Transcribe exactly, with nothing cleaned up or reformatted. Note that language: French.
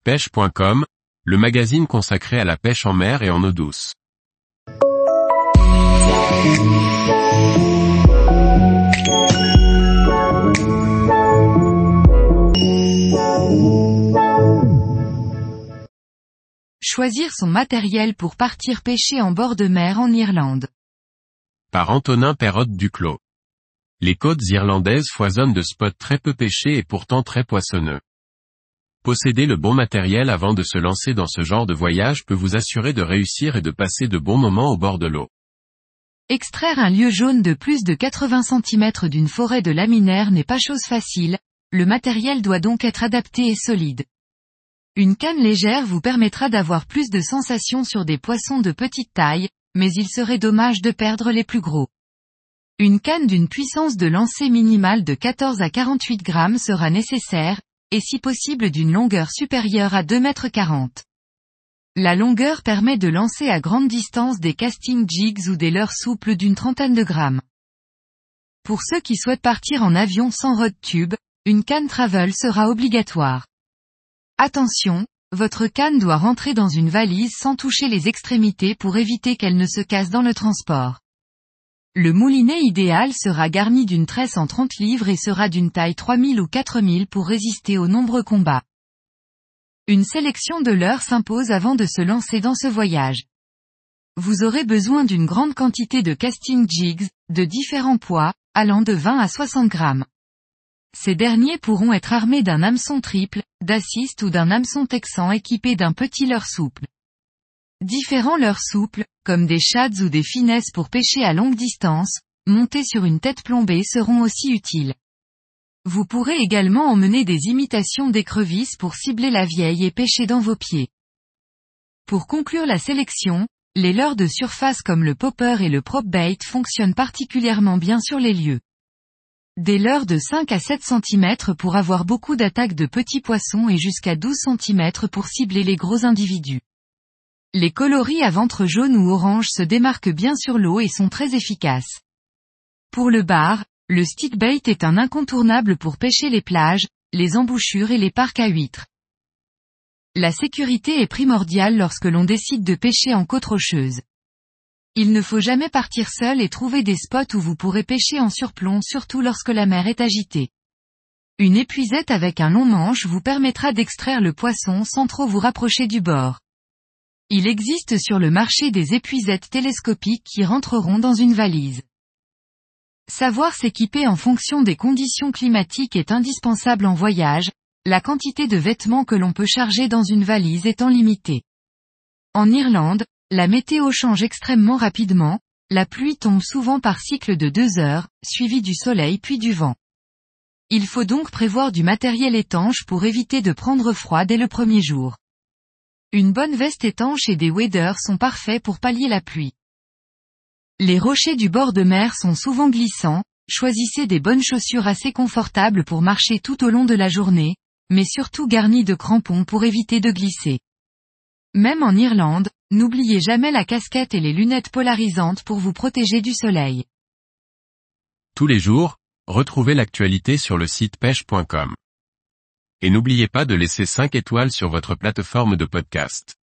pêche point com, le magazine consacré à la pêche en mer et en eau douce. Choisir son matériel pour partir pêcher en bord de mer en Irlande. Par Antonin Perrotte Duclos. Les côtes irlandaises foisonnent de spots très peu pêchés et pourtant très poissonneux. Posséder le bon matériel avant de se lancer dans ce genre de voyage peut vous assurer de réussir et de passer de bons moments au bord de l'eau. Extraire un lieu jaune de plus de quatre-vingts centimètres d'une forêt de laminaires n'est pas chose facile, le matériel doit donc être adapté et solide. Une canne légère vous permettra d'avoir plus de sensations sur des poissons de petite taille, mais il serait dommage de perdre les plus gros. Une canne d'une puissance de lancer minimale de quatorze à quarante-huit grammes sera nécessaire, et si possible d'une longueur supérieure à deux mètres quarante. La longueur permet de lancer à grande distance des casting jigs ou des leurres souples d'une trentaine de grammes. Pour ceux qui souhaitent partir en avion sans rod tube, une canne travel sera obligatoire. Attention, votre canne doit rentrer dans une valise sans toucher les extrémités pour éviter qu'elle ne se casse dans le transport. Le moulinet idéal sera garni d'une tresse en trente livres et sera d'une taille trois mille ou quatre mille pour résister aux nombreux combats. Une sélection de leurres s'impose avant de se lancer dans ce voyage. Vous aurez besoin d'une grande quantité de casting jigs, de différents poids, allant de vingt à soixante grammes. Ces derniers pourront être armés d'un hameçon triple, d'assist ou d'un hameçon texan équipé d'un petit leurre souple. Différents leurres souples, comme des shads ou des finesses pour pêcher à longue distance, montés sur une tête plombée seront aussi utiles. Vous pourrez également emmener des imitations d'écrevisses pour cibler la vieille et pêcher dans vos pieds. Pour conclure la sélection, les leurres de surface comme le popper et le prop bait fonctionnent particulièrement bien sur les lieux. Des leurres de cinq à sept centimètres pour avoir beaucoup d'attaques de petits poissons et jusqu'à douze centimètres pour cibler les gros individus. Les coloris à ventre jaune ou orange se démarquent bien sur l'eau et sont très efficaces. Pour le bar, le stickbait est un incontournable pour pêcher les plages, les embouchures et les parcs à huîtres. La sécurité est primordiale lorsque l'on décide de pêcher en côte rocheuse. Il ne faut jamais partir seul et trouver des spots où vous pourrez pêcher en surplomb surtout lorsque la mer est agitée. Une épuisette avec un long manche vous permettra d'extraire le poisson sans trop vous rapprocher du bord. Il existe sur le marché des épuisettes télescopiques qui rentreront dans une valise. Savoir s'équiper en fonction des conditions climatiques est indispensable en voyage, la quantité de vêtements que l'on peut charger dans une valise étant limitée. En Irlande, la météo change extrêmement rapidement, la pluie tombe souvent par cycle de deux heures, suivi du soleil puis du vent. Il faut donc prévoir du matériel étanche pour éviter de prendre froid dès le premier jour. Une bonne veste étanche et des waders sont parfaits pour pallier la pluie. Les rochers du bord de mer sont souvent glissants, choisissez des bonnes chaussures assez confortables pour marcher tout au long de la journée, mais surtout garnies de crampons pour éviter de glisser. Même en Irlande, n'oubliez jamais la casquette et les lunettes polarisantes pour vous protéger du soleil. Tous les jours, retrouvez l'actualité sur le site pêche point com. Et n'oubliez pas de laisser cinq étoiles sur votre plateforme de podcast.